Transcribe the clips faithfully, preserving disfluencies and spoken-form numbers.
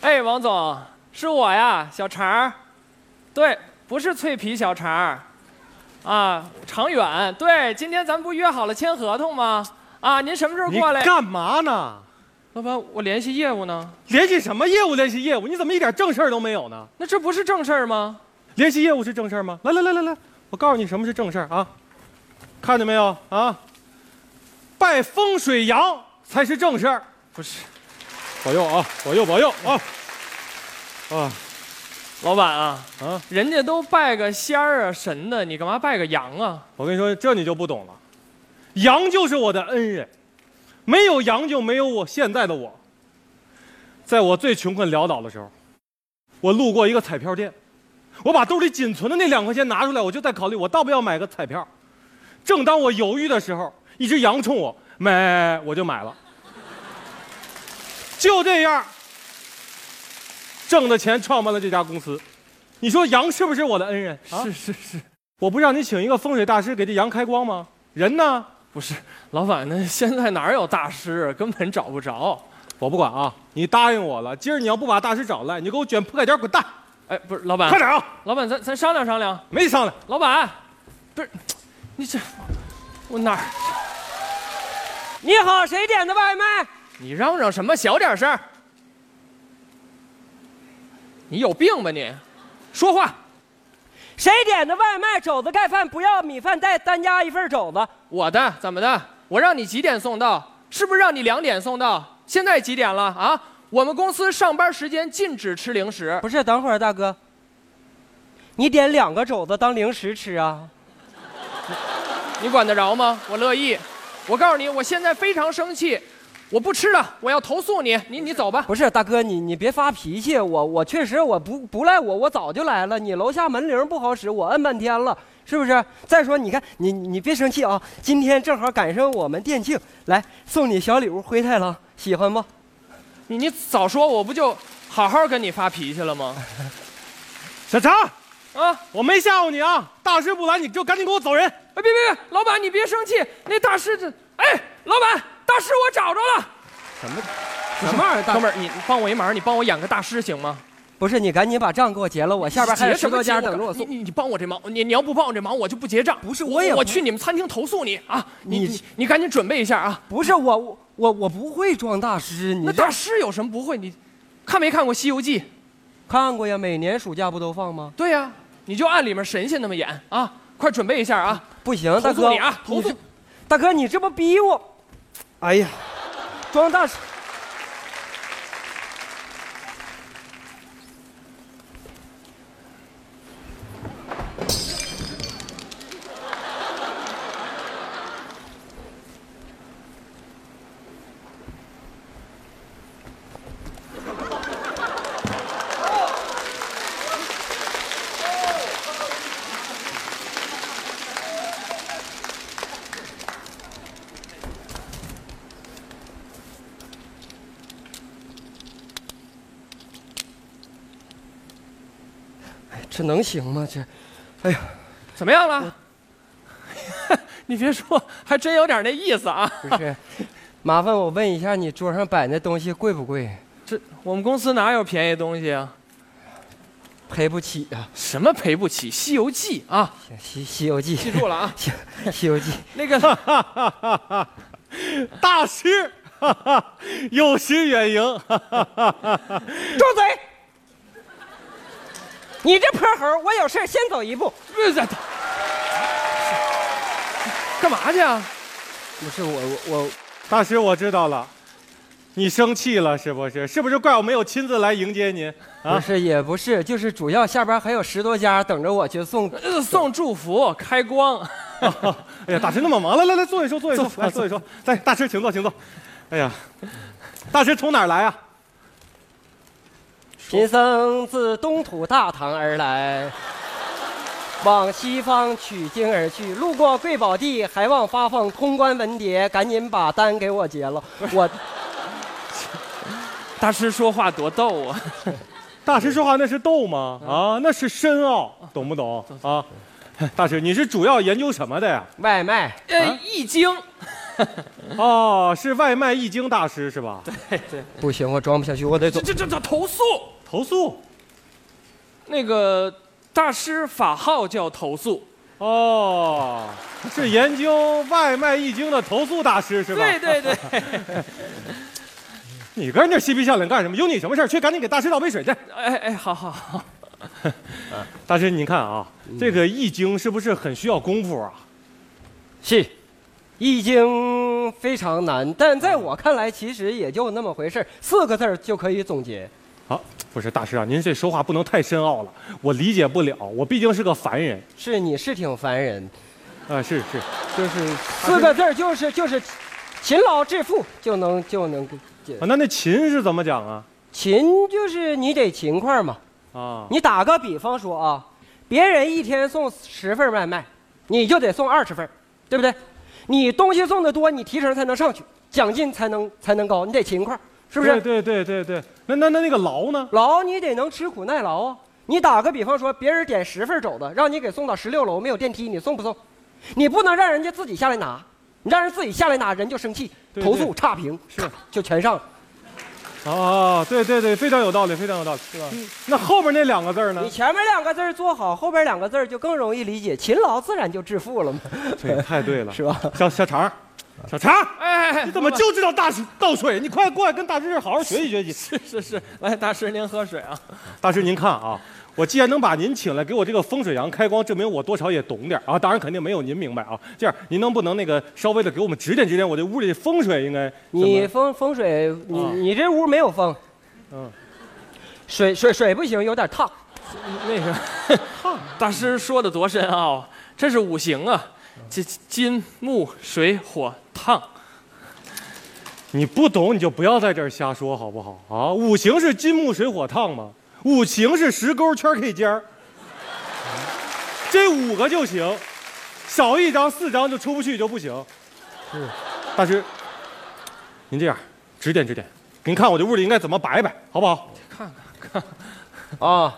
哎，王总，是我呀，小肠儿。对，不是脆皮小肠儿。啊，长远。对，今天咱们不约好了签合同吗？啊，您什么时候过来？ 你干嘛呢？ 老板，我联系业务呢。 联系什么业务？联系业务？你怎么一点正事儿都没有呢？ 那这不是正事儿吗？ 联系业务是正事儿吗？来来来来来，我告诉你什么是正事儿啊！看见没有啊？拜风水羊才是正事儿。 不是， 保佑啊！保佑保佑啊！啊， 老板啊啊， 人家都拜个仙儿啊神的，你干嘛拜个羊啊？ 我跟你说，这你就不懂了。羊就是我的恩人，没有羊就没有我现在的我。在我最穷困潦倒的时候，我路过一个彩票店，我把兜里仅存的那两块钱拿出来，我就在考虑我到不要买个彩票。正当我犹豫的时候，一只羊冲我买，我就买了。就这样，挣的钱创办了这家公司。你说羊是不是我的恩人？啊、 是是是， 我不让你请一个风水大师给这羊开光吗？人呢？ 不是，老板，那现在哪有大师，根本找不着。 我不管啊，你答应我了，今儿你要不把大师找来，你就给我卷铺盖卷滚蛋！ 哎，不是，老板， 快点啊！ 老板，咱咱商量商量。 没商量。 老板，不是，你这，我哪儿？ 你好，谁点的外卖？ 你嚷嚷什么？小点声！你有病吧你？说话！ 谁点的外卖？肘子盖饭，不要米饭带，单加一份肘子。 我的，怎么的？我让你几点送到？是不是让你两点送到？现在几点了啊？我们公司上班时间禁止吃零食。 不是，等会儿大哥，你点两个肘子当零食吃啊？ 你管得着吗？我乐意。我告诉你，我现在非常生气，我不吃了，我要投诉你。你你走吧。 不是，大哥，你你别发脾气，我我确实我不不赖我，我早就来了。你楼下门铃不好使，我摁半天了，是不是？再说，你看你你别生气啊，今天正好赶上我们店庆，来送你小礼物，灰太狼，喜欢不？ 你你早说，我不就好好跟你发脾气了吗？ 小常啊， 我没吓唬你啊，大师不来你就赶紧给我走人。 哎，别别别，老板你别生气，那大师这，哎，老板，大师我找着了。 什么？ 什么玩意儿？ 哥们儿，你帮我一忙，你帮我演个大师行吗？ 不是，你赶紧把账给我结了，我下边还有十多家等着我送。 你你你帮我这忙，你你要不帮我这忙，我就不结账。 不是，我也我去你们餐厅投诉你啊！你你你你赶紧准备一下啊！ 不是我我我不会装大师，你那大师有什么不会？你看没看过《西游记》？ 看过呀，每年暑假不都放吗？ 对呀，你就按里面神仙那么演啊！快准备一下啊！ 不行，大哥， 投诉你啊！投诉， 大哥，你这不逼我？哎呀，装大师。这能行吗？这，哎呀， 怎么样了？你别说，还真有点那意思啊。 不是，麻烦我问一下，你桌上摆那东西贵不贵？ 这我们公司哪有便宜东西啊？ 赔不起啊！ 什么赔不起？《西游记》啊， 行，《西西游记》 记住了啊。 行，《西游记》 那个大师，有失远迎。 住嘴！你这泼猴，我有事先走一步。 不是，干嘛去啊？ 不是我我我， 大师，我知道了，你生气了是不是？是不是怪我没有亲自来迎接您？啊， 不是也不是，就是主要下边还有十多家等着我去送、 呃、送祝福、开光。 哎呀，大师那么忙，来来来，坐一坐，坐一坐，来坐一坐。来，大师请坐，请坐。哎呀，大师从哪儿来啊？ 贫僧自东土大唐而来，往西方取经而去，路过贵宝地，还望发放通关文牒，赶紧把单给我结了。我大师说话多逗啊！ 大师说话那是逗吗？啊，那是深奥，懂不懂啊？大师，你是主要研究什么的呀？ 外卖， 呃，易经。 哦，是外卖易经大师是吧？ 对对， 不行，我装不下去，我得走。 这这这投诉， 投诉。 那个大师法号叫投诉。 哦，是研究外卖易经的投诉大师是吧？ 对对对。 你跟人家嬉皮笑脸干什么？有你什么事儿？去赶紧给大师倒杯水去。 哎哎，好好好。 大师，您看啊，这个易经是不是很需要功夫啊？ 是，易经非常难，但在我看来，其实也就那么回事儿，四个字儿就可以总结。 好、啊，不是大师啊，您这说话不能太深奥了，我理解不了，我毕竟是个凡人。 是，你是挺烦人。 啊，是是， 就是四个字儿，就是就是，勤劳致富就能就能。 啊，那那勤是怎么讲啊？ 勤就是你得勤快嘛。 啊， 你打个比方说啊，别人一天送十份外卖，你就得送二十份，对不对？你东西送的多，你提成才能上去，奖金才能才能高，你得勤快，是不是？ 对对对对对。那那那那个劳呢？ 劳你得能吃苦耐劳啊。你打个比方说，别人点十份肘子，让你给送到十六楼，没有电梯，你送不送？你不能让人家自己下来拿，你让人自己下来拿，人就生气， 对对投诉差评， 是就全上了。 啊，对对对，非常有道理，非常有道理，是吧？嗯、那后边那两个字呢？ 你前面两个字做好，后边两个字就更容易理解，勤劳自然就致富了嘛。 对，太对了， 是吧？ 小小常，小常， 哎， 你怎么就知道大师倒水？你快过来跟大师好好学习学习。 是是是，来，大师您喝水啊。 大师您看啊，我既然能把您请来给我这个风水阳开光，证明我多少也懂点啊。当然肯定没有您明白啊。这样，您能不能那个稍微的给我们指点指点，我这屋里风水应该？ 你风风水，你、啊、你这屋没有风。嗯，水水水不行，有点烫。 那个烫，大师说的多深奥、啊，这是五行啊，金金木水火烫。 你不懂你就不要在这儿瞎说好不好啊？五行是金木水火烫吗？五行是十勾圈 K 尖儿，这五个就行，少一张四张就出不去就不行。是，大师，您这样指点指点。您看我这屋里应该怎么摆摆，好不好？ 看看看， 啊，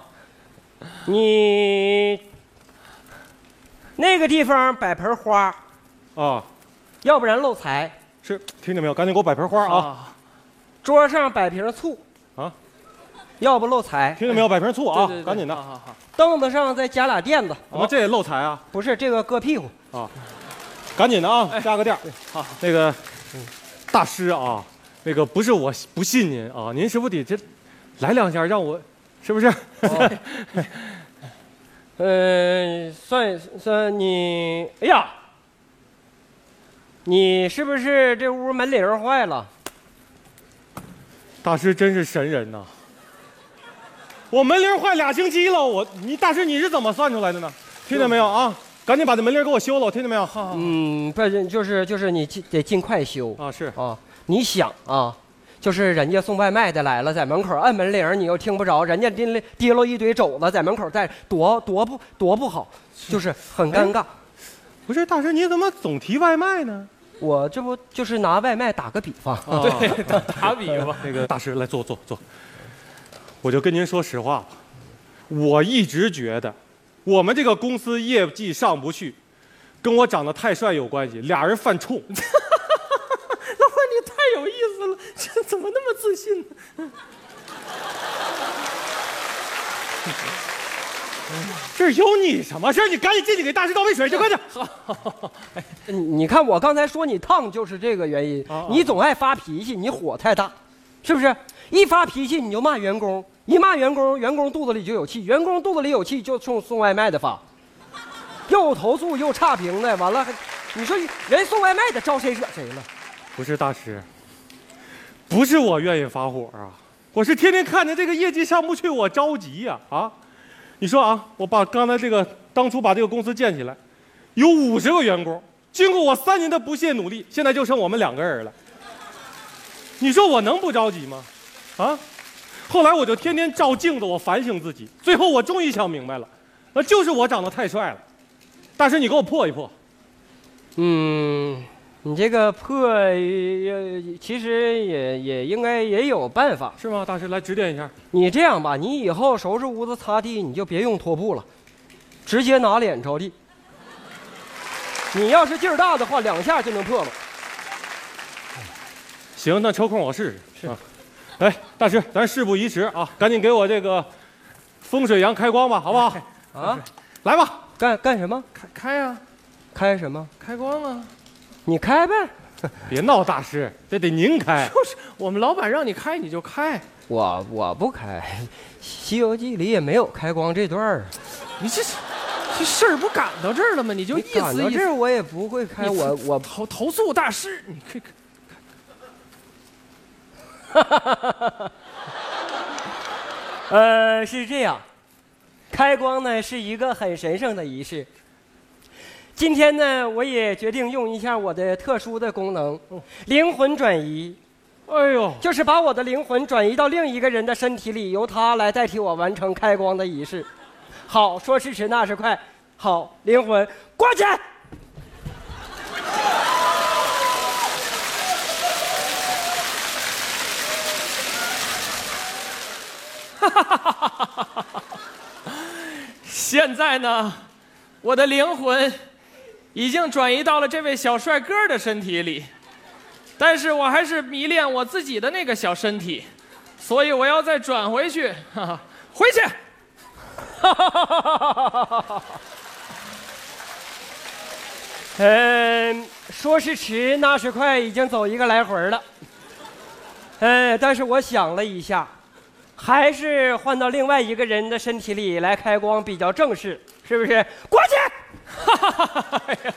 你那个地方摆盆花， 啊， 要不然漏财。 是，听见没有？赶紧给我摆盆花啊！ 啊桌上摆瓶醋， 啊， 要不漏财。 听见没有？摆瓶醋啊， 对对对赶紧的。 好好好。 凳子上再加俩垫子。 怎么这也漏财啊？ 不是，这个硌屁股啊，赶紧的啊，加个垫。 好， 那个，大师啊。那个不是我不信您啊，您是不是得这来两下让我，是不是？ 哦、呃，算算你，哎呀，你是不是这屋门铃坏了？ 大师真是神人呐！我门铃坏俩星期了，我你大师你是怎么算出来的呢？听见没有啊？赶紧把这门铃给我修了，听见没有？ 嗯，不是，就是就是你得尽快修啊，是啊。你想啊，就是人家送外卖的来了，在门口按门铃，你又听不着，人家提提溜一堆肘子在门口在，多多不多不好，就是很尴尬。 不是大师，你怎么总提外卖呢？ 我这不就是拿外卖打个比方？ 啊、 对，打打比方。 那个大师来坐坐坐，我就跟您说实话吧，我一直觉得我们这个公司业绩上不去，跟我长得太帅有关系，俩人犯冲。 老板，你太有意思了，这怎么那么自信呢？ 这有你什么事儿？你赶紧进去给大师倒杯水去，快点！ 好，你你看我刚才说你烫就是这个原因， 啊、 你总爱发脾气，你火太大，是不是？一发脾气你就骂员工，一骂员工，员工肚子里就有气，员工肚子里有气就冲送外卖的发，又投诉又差评的，完了，你说人送外卖的招谁惹谁了？ 不是大师，不是我愿意发火啊，我是天天看着这个业绩上不去，我着急呀！ 啊, 啊，你说啊，我把刚才这个当初把这个公司建起来，有五十个员工，经过我三年的不懈努力，现在就剩我们两个人了。你说我能不着急吗？啊！后来我就天天照镜子，我反省自己，最后我终于想明白了，那就是我长得太帅了。大师，你给我破一破。 嗯。你这个破也其实也也应该也有办法， 是吗？大师来指点一下。 你这样吧，你以后收拾屋子擦地，你就别用拖布了，直接拿脸着地。你要是劲儿大的话，两下就能破了。 行，那抽空我试试。是啊，哎，大师，咱事不宜迟啊，赶紧给我这个风水阳开光吧，好不好？ 啊， 来吧， 干干什么？ 开开啊， 开什么？ 开光啊！ 你开呗。 别闹，大师，这得您开。 就是我们老板让你开你就开， 我我不开，《西游记》里也没有开光这段儿。 你这这事儿不赶到这儿了吗？你就意思赶到这儿我也不会开，我我投投诉大师，你可以。 呃，是这样，开光呢是一个很神圣的仪式。今天呢，我也决定用一下我的特殊的功能——灵魂转移。 哎呦， 就是把我的灵魂转移到另一个人的身体里，由他来代替我完成开光的仪式。好，说时迟那时快，好，灵魂过去。 现在呢，我的灵魂已经转移到了这位小帅哥的身体里，但是我还是迷恋我自己的那个小身体，所以我要再转回去，哈哈，回去。 嗯，说时迟，那时快，已经走一个来回了。嗯，但是我想了一下，还是换到另外一个人的身体里来开光比较正式，是不是？过去。 哎呀，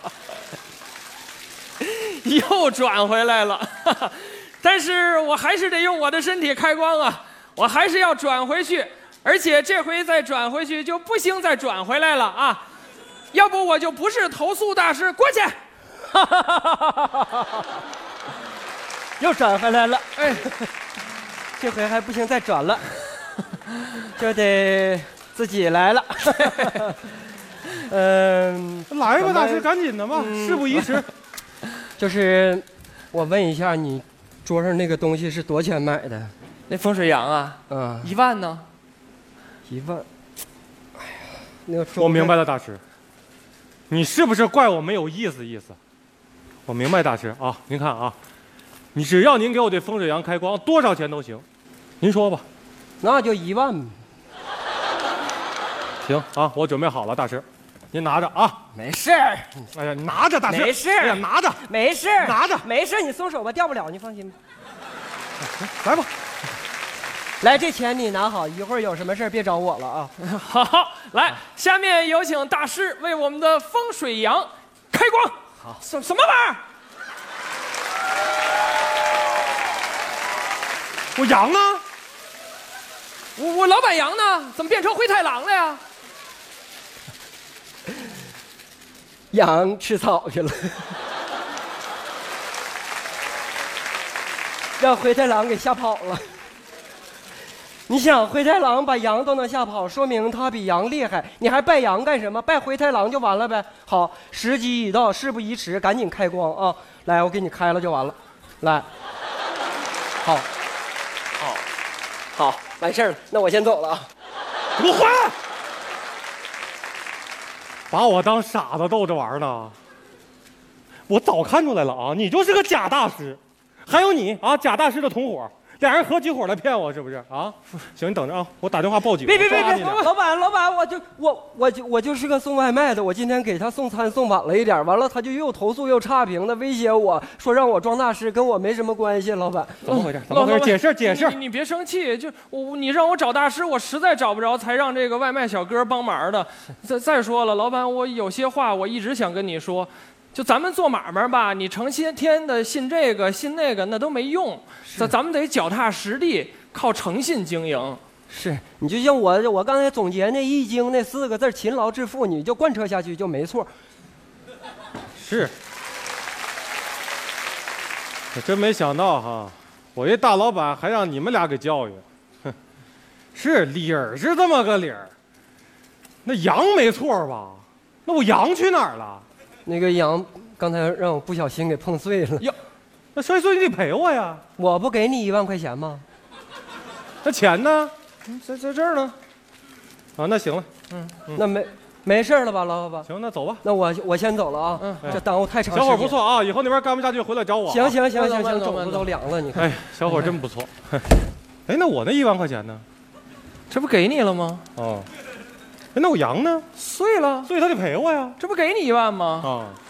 又转回来了，但是我还是得用我的身体开光啊！我还是要转回去，而且这回再转回去就不行再转回来了啊！要不我就不是投诉大师，过去！ 又转回来了， 哎， 这回还不行，再转了，就得自己来了。嗯， 来吧，大师，赶紧的吧， 嗯、 事不宜迟。 就是我问一下，你桌上那个东西是多钱买的？ 那风水羊啊， 嗯， 一万呢？ 一万。哎呀，那个我明白了，大师，你是不是怪我没有意思意思？我明白，大师啊，您看啊，你只要您给我这风水羊开光，多少钱都行，您说吧。 那就一万。 行啊，我准备好了，大师。您拿着啊， 没事儿。 哎呀，拿着，大师， 没事。 哎呀，拿着， 没事， 拿着， 没事，你松手吧，掉不了，你放心吧。 来吧， 来，这钱你拿好，一会儿有什么事别找我了啊。好，来，下面有请大师为我们的风水羊开光。好，什什么玩意儿？ 我羊呢？ 我我老板羊呢？怎么变成灰太狼了呀？ 羊吃草去了，让灰太狼给吓跑了。你想，灰太狼把羊都能吓跑，说明他比羊厉害。你还拜羊干什么？拜灰太狼就完了呗。好，时机已到，事不宜迟，赶紧开光啊！来，我给你开了就完了。来，好，好，好，完事儿了。那我先走了啊。 给我回来！把我当傻子逗着玩呢？我早看出来了啊，你就是个假大师，还有你啊，假大师的同伙，俩人合起伙来骗我，是不是啊？行，你等着啊，我打电话报警。 别别别别，老板老板，我就我我就我就是个送外卖的，我今天给他送餐送晚了一点，完了他就又投诉又差评的，威胁我说让我装大师，跟我没什么关系。老板， 怎么回事？怎么回事？解释解释。 你你别生气，就我你让我找大师，我实在找不着，才让这个外卖小哥帮忙的。再再说了，老板，我有些话我一直想跟你说。就咱们做买卖吧，你成些天的信这个信那个，那都没用。咱咱们得脚踏实地，靠诚信经营。 是你就像我我刚才总结那易经那四个字勤劳致富，你就贯彻下去就没错。 是，我真没想到哈，我这大老板还让你们俩给教育。哼，是理儿是这么个理儿，那羊没错吧？那我羊去哪儿了？ 那个羊刚才让我不小心给碰碎了。 呀，那摔碎你得赔我呀！ 我不给你一万块钱吗？ 那钱呢？ 在在这儿呢。 啊，那行了。 嗯， 那没没事了吧，老板？ 行，那走吧。 那我我先走了啊。 嗯， 这耽误太长时小间。 伙不错啊，以后那边干不下去回来找我。 行行行行行， 慢走慢走肘子都凉了，你看。 哎，小伙真不错。哎，那我那一万块钱呢？ 这不给你了吗？ 哦。哎，那我羊呢？ 碎了， 所以他得赔我呀。 这不给你一万吗？ 啊。